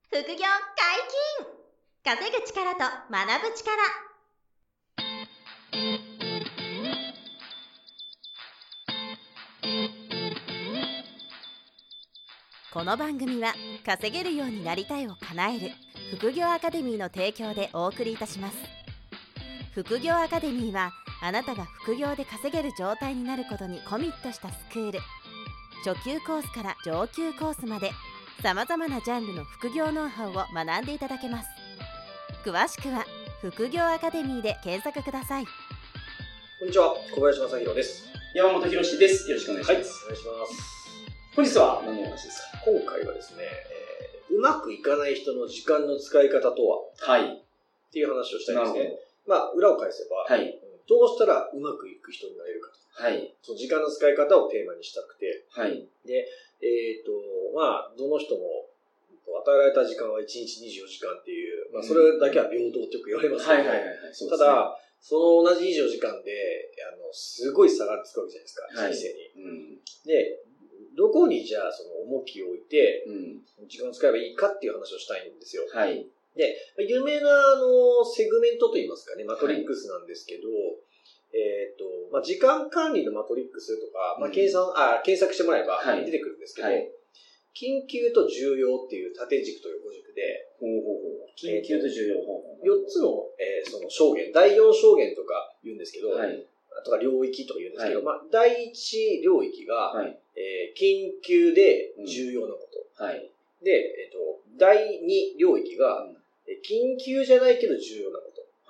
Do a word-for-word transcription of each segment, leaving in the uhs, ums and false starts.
副業解禁！稼ぐ力と学ぶ力。この番組は稼げるようになりたいを叶える副業アカデミーの提供でお送りいたします。副業アカデミーはあなたが副業で稼げる状態になることにコミットしたスクール。初級コースから上級コースまでさまざまなジャンルの副業ノウハウを学んでいただけます。詳しくは副業アカデミーで検索ください。 こんにちは、小林正弘です。 山本博史です。よろしくお願いします。 はい、お願いします。 本日は何の話ですか？ 今回はですね、えー、うまくいかない人の時間の使い方とは、 はい、 っていう話をしたいんですね。まあ、裏を返せば、 はい、 どうしたらうまくいく人になれるかと、はい、その時間の使い方をテーマにしたくて、はい、で、えっと、まあ、どの人も与えられた時間はいちにちにじゅうよじかんっていう、まあ、それだけは平等ってよく言われますけど、ただ、その同じにじゅうよじかんで、あの、すごい差がつくわけじゃないですか、人生に。はい、うん、で、どこにじゃあその重きを置いて、うん、時間を使えばいいかっていう話をしたいんですよ。はい。で、有名なあの、セグメントといいますかね、マトリックスなんですけど、はい、えっと、まあ、時間管理のマトリックスとか、まあ、計算、うん、あ、検索してもらえば出てくるんですけど、はい、緊急と重要っていう縦軸と横軸で、 ほうほうほう、緊急と重要、 よっつの、えー、その証言、だいよん証言とか言うんですけど、はい、とか領域とか言うんですけど、はい、まあ、第一領域が、はい、えー、緊急で重要なこと。うん、はい。で、えっと、第二領域が、うん、緊急じゃないけど重要なこと。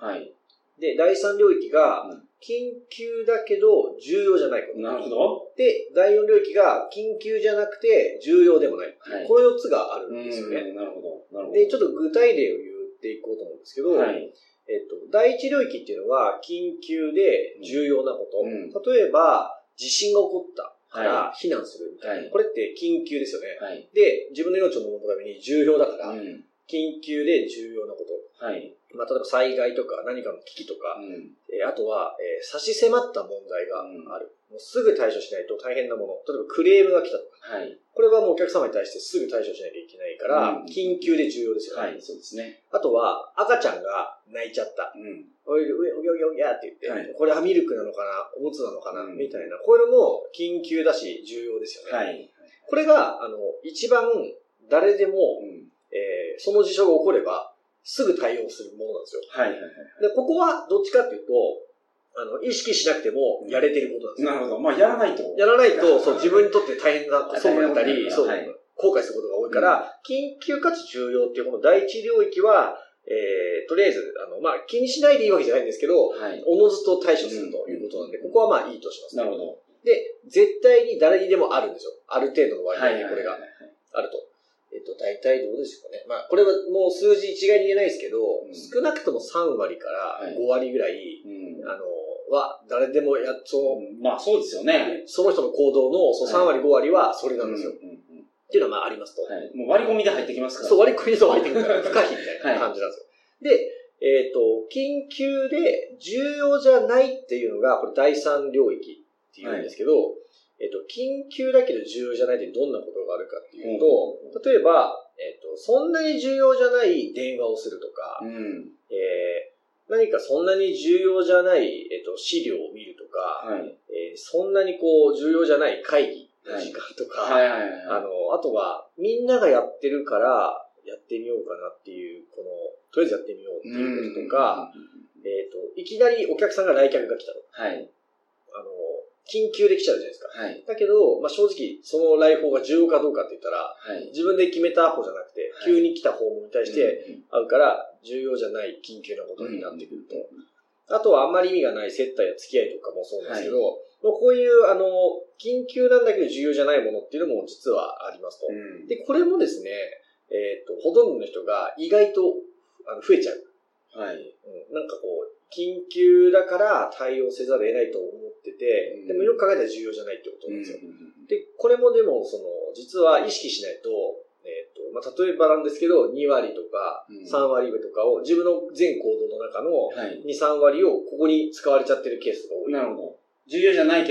はい。で、第三領域が、うん、緊急だけど重要じゃないこと。 なるほど。 で、第四領域が緊急じゃなくて重要でもない。はい、このよっつがあるんですよね。 なるほど。なるほど。 で、ちょっと具体例を言っていこうと思うんですけど、はい。えっと、第一領域っていうのは緊急で重要なこと。うん、例えば、地震が起こったから避難するみたいな。はい、これって緊急ですよね。はい、で、自分の命を守るために重要だから、うん、緊急で重要なこと。はい、まあ、例えば災害とか何かの危機とか、うんえー、あとは、えー、差し迫った問題がある、うん。もうすぐ対処しないと大変なもの。例えばクレームが来たとか。はい、これはもうお客様に対してすぐ対処しなきゃいけないから、うん、緊急で重要ですよね。 はい、そうですね。 あとは、赤ちゃんが泣いちゃった。うん、おい、おい、おい、おい、おい、やって言って、はい、これはミルクなのかな、おむつなのかな、うん、みたいな。これも緊急だし、重要ですよね。はい、これが、あの、一番誰でも、うんえー、その事象が起これば、すぐ対応するものなんですよ。はいはいはい。で、ここはどっちかっていうと、あの、意識しなくてもやれてることなんですよ。 なるほど。まあ、やらないと。 やらないと、そう、自分にとって大変なことになったり、そう、はい、後悔することが多いから、うん、緊急かつ重要っていうこの第一領域は、えー、とりあえず、あの、まあ、気にしないでいいわけじゃないんですけど、はい、おのずと対処するということなんで、うん、ここはまあいいとします、ね。なるほど。で、絶対に誰にでもあるんですよ。ある程度の割合でこれがあると。えっと、大体どうですかね。まあ、これはもう数字一概に言えないですけど、うん、少なくともさんわりからごわりぐらい、はいうん、あの、は、誰でもや、その、 うん、まあそうですよね。 その人の行動のそのさんわりごわりはそれなんですよ。はいうんうんうん、っていうのはまあありますと。 はい、もう割り込みで入ってきますから。 そう、割り込みで入ってくるから、不可避みたいな感じなんですよ。はい、で、えっと、緊急で重要じゃないっていうのが、これ第三領域っていうんですけど、はいえっと、緊急だけど重要じゃないってどんなことがあるかっていうと、うん、例えば、えっと、そんなに重要じゃない電話をするとか、うんえー、何かそんなに重要じゃない、えっと、資料を見るとか、はいえー、そんなにこう重要じゃない会議の時間とか、はいはいはいはい、あの、あとはみんながやってるからやってみようかなっていう、この、とりあえずやってみようっていうこととか、うん、えっと、いきなりお客さんが来客が来たと。はいあの緊急で来ちゃうじゃないですか。はい、だけど、まあ、正直、その来訪が重要かどうかって言ったら、はい、自分で決めた方じゃなくて、はい、急に来た訪問に対して会うから、重要じゃない緊急なことになってくると。うん、あとはあんまり意味がない接待や付き合いとかもそうなんですけど、はい、こういう、あの、緊急なんだけど重要じゃないものっていうのも実はありますと。うん、で、これもですね、えっと、ほとんどの人が意外とあの増えちゃう。はい、うん。なんかこう、緊急だから対応せざるを得ないと思ってて、うん、でもよく考えたら重要じゃないってことなんですよ。うん、で、これもでも、その、実は意識しないと、えっと、まあ、例えばなんですけど、にわりとかさんわりめとかを自分の全行動の中のに、さんわりをここに使われちゃってるケースが多い。 なるほど。重要じゃないけど、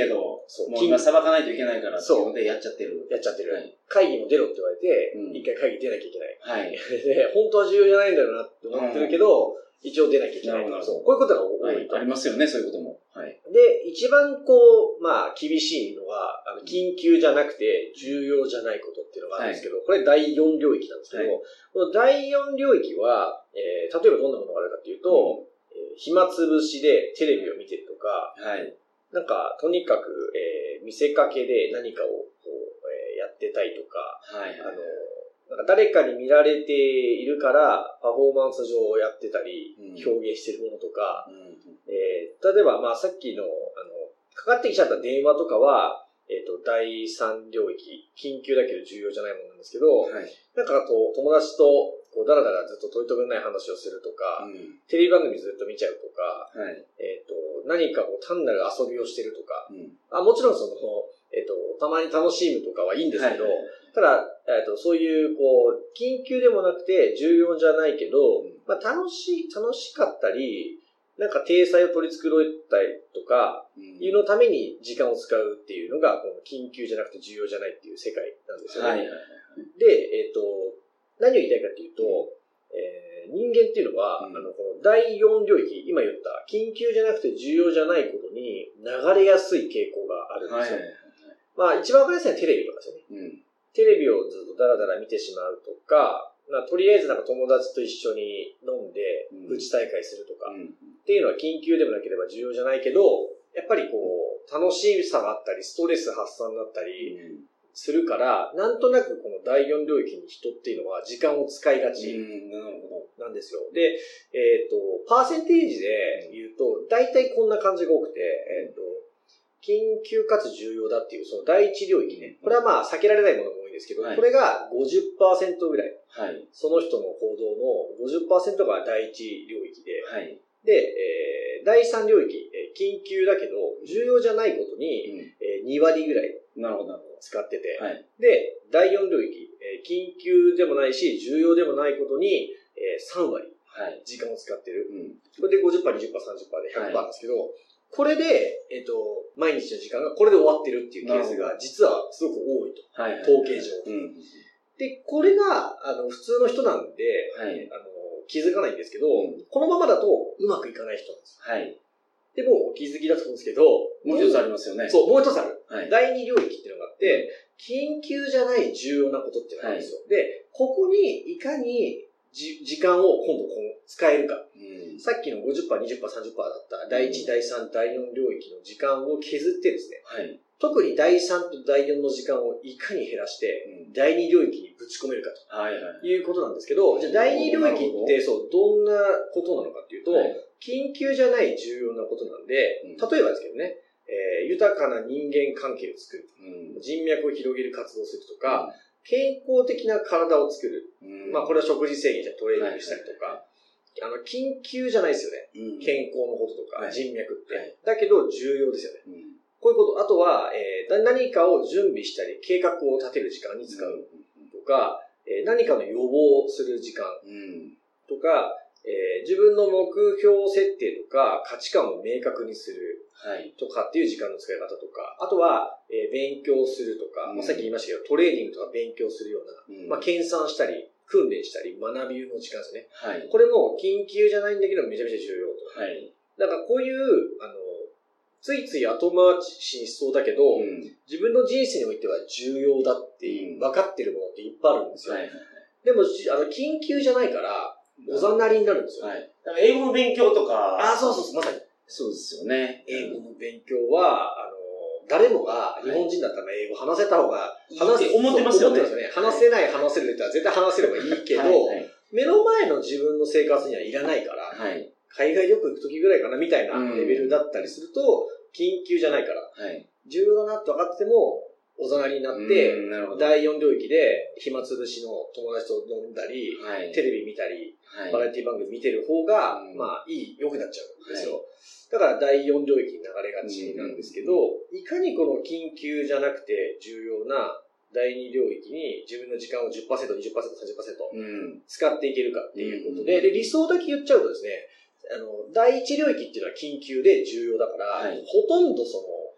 そう。 もう今裁かないといけないからっていうのでやっちゃってる。 やっちゃってる。はい、会議も出ろって言われて、 うん、 一回会議出なきゃいけない。 はい。 で、本当は重要じゃないんだろうなって思ってるけど、うん、一応出なきゃいけない。そう。こういうことが多いと、 はい。ありますよね、そういうことも。はい。 で、一番こう、まあ、厳しいのは、あの、緊急じゃなくて、重要じゃないことっていうのがあるんですけど、はい、これだいよん領域なんですけど、はい、このだいよん領域は、えー、例えばどんなものがあるかっていうと、うん、えー、暇つぶしでテレビを見てるとか、はい。なんか、とにかく、えー、見せかけで何かをこう、えー、やってたりとか、はい。あの、なんか誰かに見られているからパフォーマンス上やってたり、表現してるものとか、うん、えー、例えばまあさっきの、あの、かかってきちゃった電話とかは、えっと、だいさん領域、緊急だけど重要じゃないものなんですけど、はい、なんかこう、友達とこうだらだらずっと取り留めない話をするとか、うん、テレビ番組ずっと見ちゃうとか、はい、えっと、何かこう単なる遊びをしてるとか、うん、あもちろんその、えっと、たまに楽しむとかはいいんですけど、はいはい、ただ、えっと、そういう、こう、緊急でもなくて重要じゃないけど、うん、まあ楽しい、楽しかったり、なんか体裁を取り繕ったりとか、いうのために時間を使うっていうのが、この緊急じゃなくて重要じゃないっていう世界なんですよね。はいはいはい、で、えっと、何を言いたいかっていうと、えー、人間っていうのは、うん、あの、このだいよん領域、今言った緊急じゃなくて重要じゃないことに流れやすい傾向があるんですよ。はいはいはい、まあ一番わかりやすいのはテレビとかですよね。うん、テレビをずっとダラダラ見てしまうとか、まあ、とりあえずなんか友達と一緒に飲んで、プチ大会するとか、うん、っていうのは緊急でもなければ重要じゃないけど、やっぱりこう、楽しさがあったり、ストレス発散だったりするから、うん、なんとなくこのだいよん領域に人っていうのは時間を使いがちなんですよ。で、えっと、パーセンテージで言うと、大体こんな感じが多くて、えっと、緊急かつ重要だっていう、その第一領域ね。これはまあ避けられないものも多いんですけど、はい、これが ごじゅっパーセント ぐらい。はい、その人の行動の ごじゅっパーセント が第一領域で、はい、で、えー、第三領域、えー、緊急だけど、重要じゃないことに、うんえー、に割ぐらい使ってて、はい、で、だいよん領域、えー、緊急でもないし、重要でもないことに、えー、さん割時間を使ってる。はいうん、これで ごじゅっパーセント、にじゅっパーセント、さんじゅっパーセント で ひゃくパーセント なんですけど、はいこれで、えっと、毎日の時間がこれで終わってるっていうケースが実はすごく多いと。はいはい、統計上、うん。で、これが、あの、普通の人なんで、はい、あの、気づかないんですけど、うん、このままだとうまくいかない人なんです。はい。でも、お気づきだと思うんですけど、 もう一つありますよね。 そう、もう一つある。はい、だいに領域っていうのがあって、うん、緊急じゃない重要なことっていうのがあるんですよ。はい、で、ここにいかにじ時間を今度こう使えるか。うん、さっきの ごじゅっパーセント、にじゅっパーセント、さんじゅっパーセント だっただいいち、だいさん、だいよん領域の時間を削ってですね、はい、特にだいさんとだいよんの時間をいかに減らして、うん、だいに領域にぶち込めるかと、はいはい、いうことなんですけど、じゃあだいに領域ってそう、どんなことなのかっていうと、はい、緊急じゃない重要なことなんで、うん、例えばですけどね、えー、豊かな人間関係を作る、うん、人脈を広げる活動をするとか、うん健康的な体を作る。うん、まあこれは食事制限じゃトレーニングしたりとか、はいはいはい、あの、緊急じゃないですよね。うん、健康のこととか、はい、人脈って、はい。だけど重要ですよね。うん、こういうこと。あとは、えー、何かを準備したり、計画を立てる時間に使うとか、うん、えー、何かの予防する時間とか、えー、自分の目標設定とか価値観を明確にするとかっていう時間の使い方とか、あとは、えー、勉強するとか、うんまあ、さっき言いましたけどトレーニングとか勉強するような、うんまあ、研鑽したり訓練したり学びの時間ですね、はい、これも緊急じゃないんだけどめちゃめちゃ重要と、はい、だからこういうあのついつい後回しにしそうだけど、うん、自分の人生においては重要だって分かってるものっていっぱいあるんですよ、はいはいはい、でもあの緊急じゃないからおざなりになるんですよ、はい、 だから英語の勉強とかあそうそうそうまさにそうですよね。 英語の勉強は、あの、誰もが日本人だったら英語話せた方が、 話せ、思ってますよね。 話せない、話せるって言ったら絶対話せればいいけど、はいはい、目の前の自分の生活にはいらないから、はい、海外よく行くときぐらいかなみたいなレベルだったりすると、緊急じゃないから、はい、重要だなって分かってても、おざなりになって、だいよん領域で暇つぶしの友達と飲んだり、はい、テレビ見たり、はい、バラエティ番組見てる方が、うん、まあいい、良くなっちゃうんですよ。はいだからだいよん領域に流れがちなんですけど、うん、いかにこの緊急じゃなくて重要なだいに領域に自分の時間を じゅっパーセント、にじゅっパーセント、さんじゅっパーセント 使っていけるかっていうことで、うん、で理想だけ言っちゃうとですね、あの、だいいち領域っていうのは緊急で重要だから、はい、ほとんどその、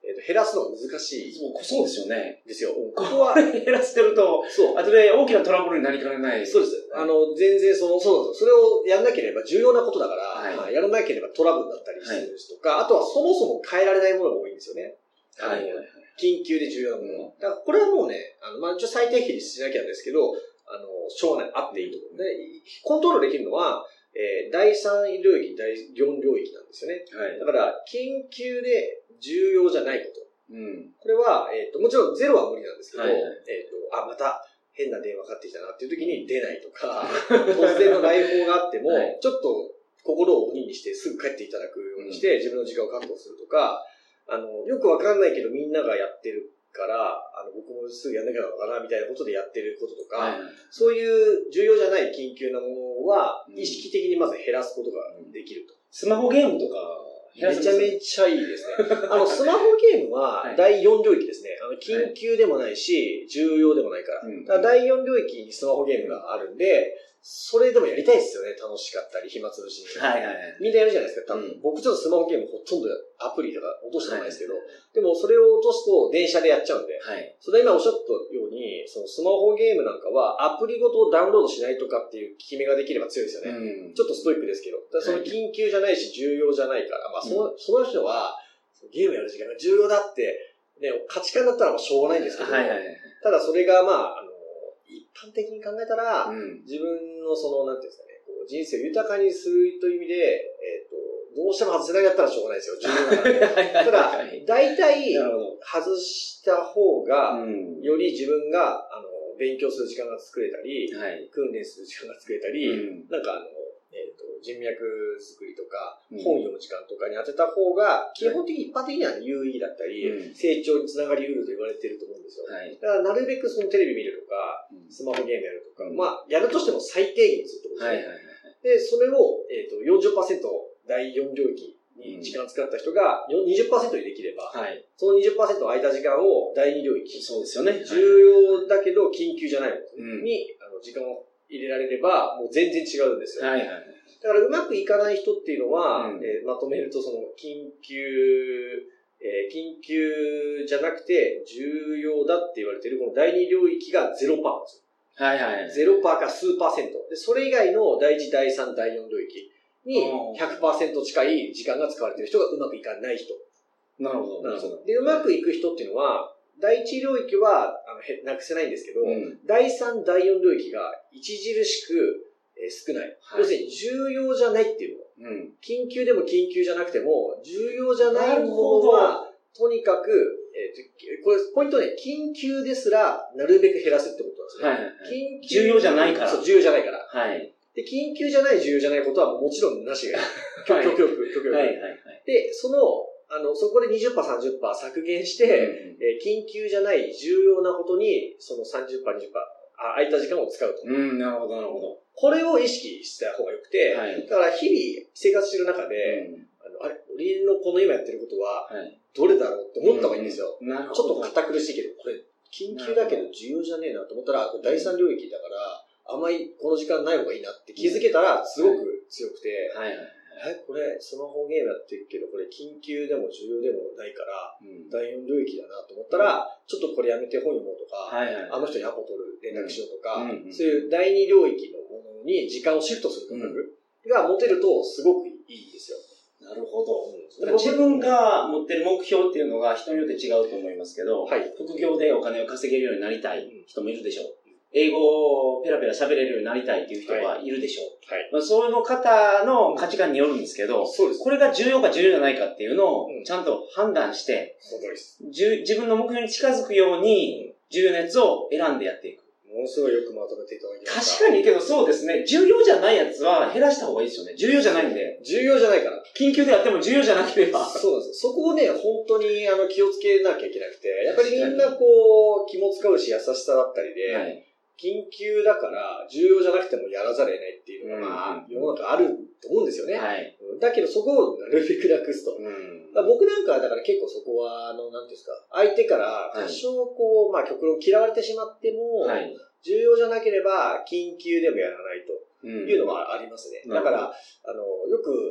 えー、と減らすのが難しい。 そうですよね。 ですよ。 ここは減らしてると、そう。後で大きなトラブルになりかねない。 そうです。あの、全然その、そうなんですよ。それをやんなければ重要なことだから、はいまあ、やらなければトラブルだったりするとか、はい、あとはそもそも変えられないものが多いんですよね。はいはいはい、緊急で重要なもの、うん。だからこれはもうね、あの、まあ、一応最低限にしなきゃですけど、あの、しょうがない。あっていいと思う。で、コントロールできるのは、えー、だいさん領域、だいよん領域なんですよね。はい、だから、緊急で重要じゃないこと。うん、これは、えっ、ー、と、もちろんゼロは無理なんですけど、はいはい、えっ、ー、と、あ、また変な電話かかってきたなっていう時に出ないとか、突然の来訪があっても、はい、ちょっと心を鬼にしてすぐ帰っていただくようにして、自分の時間を確保するとか、あの、よくわかんないけどみんながやってるから、あの、僕もすぐやんなきゃなのかなみたいなことでやってることとか、はい、そういう重要じゃない緊急なものは、意識的にまず減らすことができると。 スマホゲームとか、 めちゃめちゃいいですね。あの、スマホゲームはだいよん領域ですね。あの、緊急でもないし、重要でもないから。はい、だからだいよん領域にスマホゲームがあるんで、それでもやりたいですよね。楽しかったり、暇つぶしに。はいはいはい。みんなやるじゃないですか。多分、うん、僕ちょっとスマホゲームほとんどアプリとか落としてないですけど、はい、でもそれを落とすと電車でやっちゃうんで、はい、それは今おっしゃったように、そのスマホゲームなんかはアプリごとダウンロードしないとかっていう決めができれば強いですよね。うん、ちょっとストイックですけど、その緊急じゃないし重要じゃないから、まあその、うん、その人はゲームやる時間が重要だって、ね、価値観だったらもうしょうがないんですけど、はいはいはい、ただそれがまあ、あの、一般的に考えたら、うん、自分のその、なんていうんですかね、こう人生を豊かにするという意味で、えっと、どうしても外せないだったらしょうがないですよ、重要だから。ただ、大体、外した方が、より自分が、あの、勉強する時間が作れたり、はい、訓練する時間が作れたり、うん、なんかあの、えっと、人脈作りとか、うん、本読む時間とかに当てた方が、基本的に一般的には有意義だったり、うん、成長につながり得ると言われていると思うんですよ。はい、だからなるべくそのテレビ見るとか、スマホゲームやるとか、うん、まあ、やるとしても最低限にするってことですね。はいはいはい、で、それを、えっと、よんじゅっパーセントだいよん領域に時間使った人が にじゅっパーセント にできれば、はい、その にじゅっパーセント 空いた時間をだいに領域。そうですよね。重要だけど緊急じゃないものに、うん、あの時間を入れられれば、もう全然違うんですよ。はいはいはい、だからうまくいかない人っていうのは、うんえー、まとめるとその緊急、えー、緊急じゃなくて重要だって言われているこのだいに領域が ゼロパーセント なんですよ。はいはいはい。ゼロパーセント か数パーセント。で、それ以外のだいいち、だいさん、だいよん領域に ひゃくパーセント 近い時間が使われている人がうまくいかない人。なるほど。なるほど。で、うまくいく人っていうのは、だいいち領域はあのへなくせないんですけど、うん、だいさん、だいよん領域が著しくえー、少ない、はい。要するに重要じゃないっていうの。うん、緊急でも緊急じゃなくても、重要じゃないものは、とにかく、えー、これ、ポイントね、緊急ですら、なるべく減らすってことなんですね。はいはいはい、緊急重要じゃないから。そう、重要じゃないから。はい。で、緊急じゃない、重要じゃないことはもちろんなしが。極力、極力。はいはいはい。で、その、あの、そこで にじゅっパーセント、さんじゅっパーセント 削減して、うんえー、緊急じゃない重要なことに、その さんじゅっパーセント、にじゅっパーセント、あ空いた時間を使うと。うん、なるほど、なるほど。これを意識した方が良くて、はい、だから日々生活してる中で、うん、あの、あれ、俺のこの今やってることは、どれだろうって思った方がいいんですよ。うん、なるほど。ちょっと堅苦しいけど、これ、緊急だけど重要じゃねえなと思ったら、これ第三領域だから、あんまりこの時間ない方がいいなって気づけたら、すごく強くて、はいはいはい、え、これ、スマホゲームやってるけど、これ緊急でも重要でもないから、うん、だいよん領域だなと思ったら、うん、ちょっとこれやめて本読もうとか、はいはいはい、あの人にアポ取る、連絡しようとか、うんうん、そういうだいに領域のものに時間をシフトする感覚が持てるとすごくいいですよ。 なるほど。うん、自分が持ってる目標っていうのが人によって違うと思いますけど、はい、副業でお金を稼げるようになりたい人もいるでしょう。英語をペラペラ喋れるようになりたいっていう人はいるでしょう。はい。まあ、そういうの方の価値観によるんですけど、そうです。これが重要か重要じゃないかっていうのをちゃんと判断して、そうです。自分の目標に近づくように重要なやつを選んでやっていく。 ものすごいよくまとめていただきました。確かにけどそうですね。重要じゃないやつは減らした方がいいですよね。重要じゃないんで。 重要じゃないから。 緊急であっても重要じゃなければ。 そうなんです。そこをね、本当にあの気をつけなきゃいけなくて、やっぱりみんなこう、気も使うし優しさだったりで、はい、緊急だから重要じゃなくてもやらざるを得ないっていうのが、まあ、世の中あると思うんですよね。はい、だけどそこをなるべくなくすと。うん、僕なんかはだから結構そこは、あの、なんていうんですか、相手から多少こう、はい、まあ極論嫌われてしまっても、はい、重要じゃなければ緊急でもやらないというのはありますね。うん、だから、あの、よく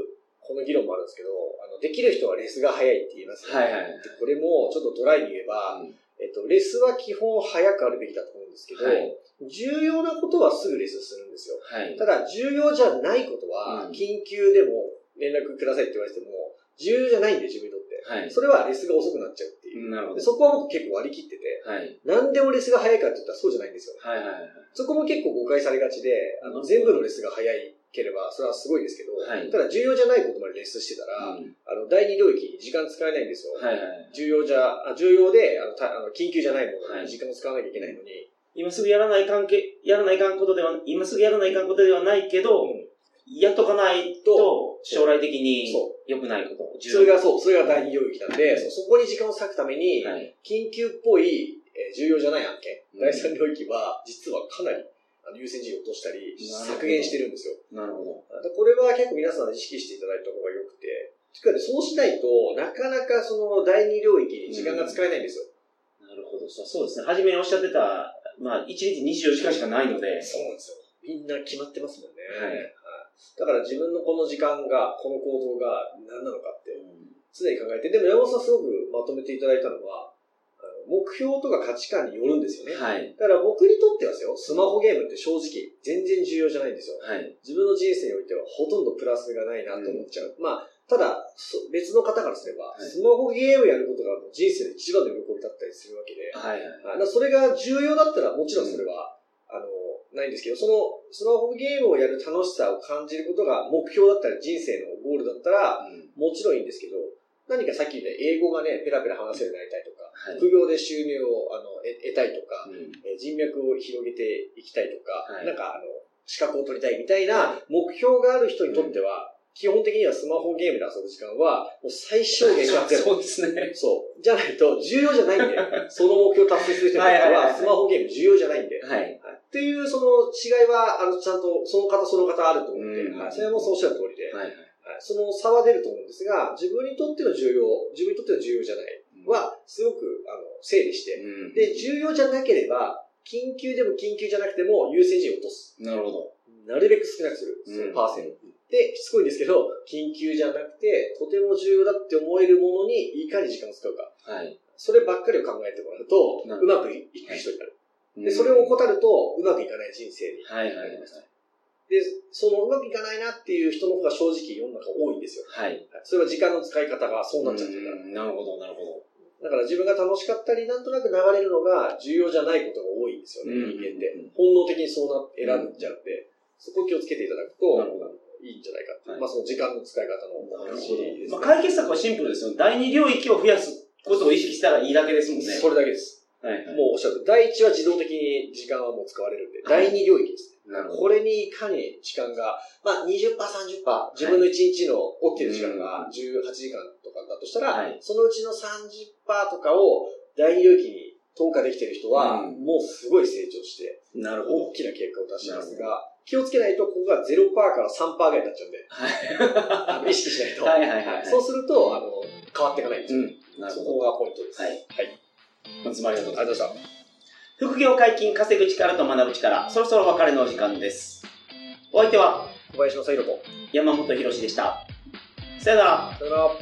この議論もあるんですけど、あのできる人はレスが早いって言いますよね。はいはいはい、でこれもちょっとドライに言えば、うんえっと、レスは基本早くあるべきだと思うんですけど、はい、重要なことはすぐレスするんですよ。はい、ただ、重要じゃないことは、緊急でも連絡くださいって言われても、重要じゃないんで、自分にとって。はい、それはレスが遅くなっちゃうっていう。なるほど。そこは僕結構割り切ってて、はい、何でもレスが早いかって言ったらそうじゃないんですよ。はいはいはい、そこも結構誤解されがちで、あの全部のレスが早いければ、それはすごいですけど、はい、ただ重要じゃないことまでレスしてたら、うん、あの第二領域に時間使えないんですよ。はいはい、重要じゃ、重要であのたあの緊急じゃないものに時間を使わなきゃいけないのに、はい、 今すぐやらない関係、やらないかんことでは、今すぐやらないかんことではないけど、うんやっとかないと、将来的に良くないこと。 それがそう、それが第二領域なんで、そこに時間を割くために、緊急っぽい、えー、重要じゃない案件、うん、だいさん領域は、実はかなりあの優先順位を落としたり、削減してるんですよ。なるほど。これは結構皆さん意識していただいた方が良くて、そうしないとなかなかその第二領域に時間が使えないんですよ。 うん、なるほど。そうですね。初めにおっしゃってた、まあ、いちにちにじゅうよじかんしかないので。 そうなんですよ。みんな決まってますもんね。はい。だから自分のこの時間が、この行動が何なのかって常に考えて、でも山本さんすごくまとめていただいたのは、あの目標とか価値観によるんですよね。はい。だから僕にとってはですよ、スマホゲームって正直全然重要じゃないんですよ。はい。自分の人生においてはほとんどプラスがないなと思っちゃう。うん、まあ、ただ、別の方からすれば、はい、スマホゲームやることが人生で一番の喜びだったりするわけで、はいはいはい、それが重要だったらもちろんそれは、うん、あの、ないんですけど、そのスマホゲームをやる楽しさを感じることが目標だったり人生のゴールだったら、うん、もちろんいいんですけど、何かさっき言った英語がね、ペラペラ話せるようになりたいとか、はい、副業で収入をあの得たいとか、うん、人脈を広げていきたいとか、はい、なんかあの資格を取りたいみたいな目標がある人にとっては、うん基本的にはスマホゲームで遊ぶ時間は、もう最小限がゼロ。 そうですね。 そう。じゃないと、重要じゃないんで、その目標を達成する人にとっては、スマホゲーム重要じゃないんで。はい。っていう、その違いは、あの、ちゃんと、その方その方あると思って、はい。それはもうそうおっしゃる通りで、はい。その差は出ると思うんですが、自分にとっての重要、自分にとっての重要じゃないは、すごく、あの、整理して、で、重要じゃなければ、緊急でも緊急じゃなくても優先順位を落とす。なるほど。なるべく少なくする。そのパーセント。で、しつこいんですけど、緊急じゃなくて、とても重要だって思えるものにいかに時間を使うか。はい。そればっかりを考えてもらうと、うまくいく人になる。はい、で、それを怠ると、うまくいかない人生になります。はいはいはい。で、そのうまくいかないなっていう人の方が正直世の中多いんですよ。はい。それは時間の使い方がそうなっちゃってるから。 なるほど、なるほど。 だから自分が楽しかったり、なんとなく流れるのが重要じゃないことが多いんですよね、人間って。本能的にそうな、選んじゃうんで、そこを気をつけていただくと、いいんじゃないかって、はい、まあその時間の使い方の話です、ね。 まあ解決策はシンプルですよ。第二領域を増やすことを意識したらいいだけですもんね。 それだけです。はいはい、もうおっしゃる。第一は自動的に時間はもう使われるんで、はい、第二領域ですね。これにいかに時間が、まあ にじゅっパーセント、さんじゅっパーセント、自分のいちにちの起きてる時間がじゅうはちじかんとかだとしたら、はい、そのうちの さんじゅっパーセント とかを第二領域に投下できてる人は、うん、もうすごい成長して、なるほど大きな結果を出しますが、気をつけないと、ここが ゼロパーセント から さんパーセント ぐらいになっちゃうんで、はい、意識しないと。はいはいはいはい、そうすると、あの、変わっていかないんですよ。うん、なるほど。そこがポイントです。はい。はい。 本日もありがとうございました。副業解禁、稼ぐ力と学ぶ力、そろそろお別れのお時間です。お相手は、 小林正宏と山本博史でした。さよなら。 さよなら。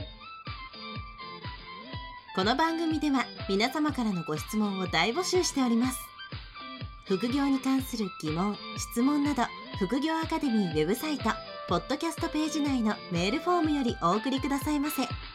この番組では皆様からのご質問を大募集しております。副業に関する疑問・質問など、副業アカデミーウェブサイト、ポッドキャストページ内のメールフォームよりお送りくださいませ。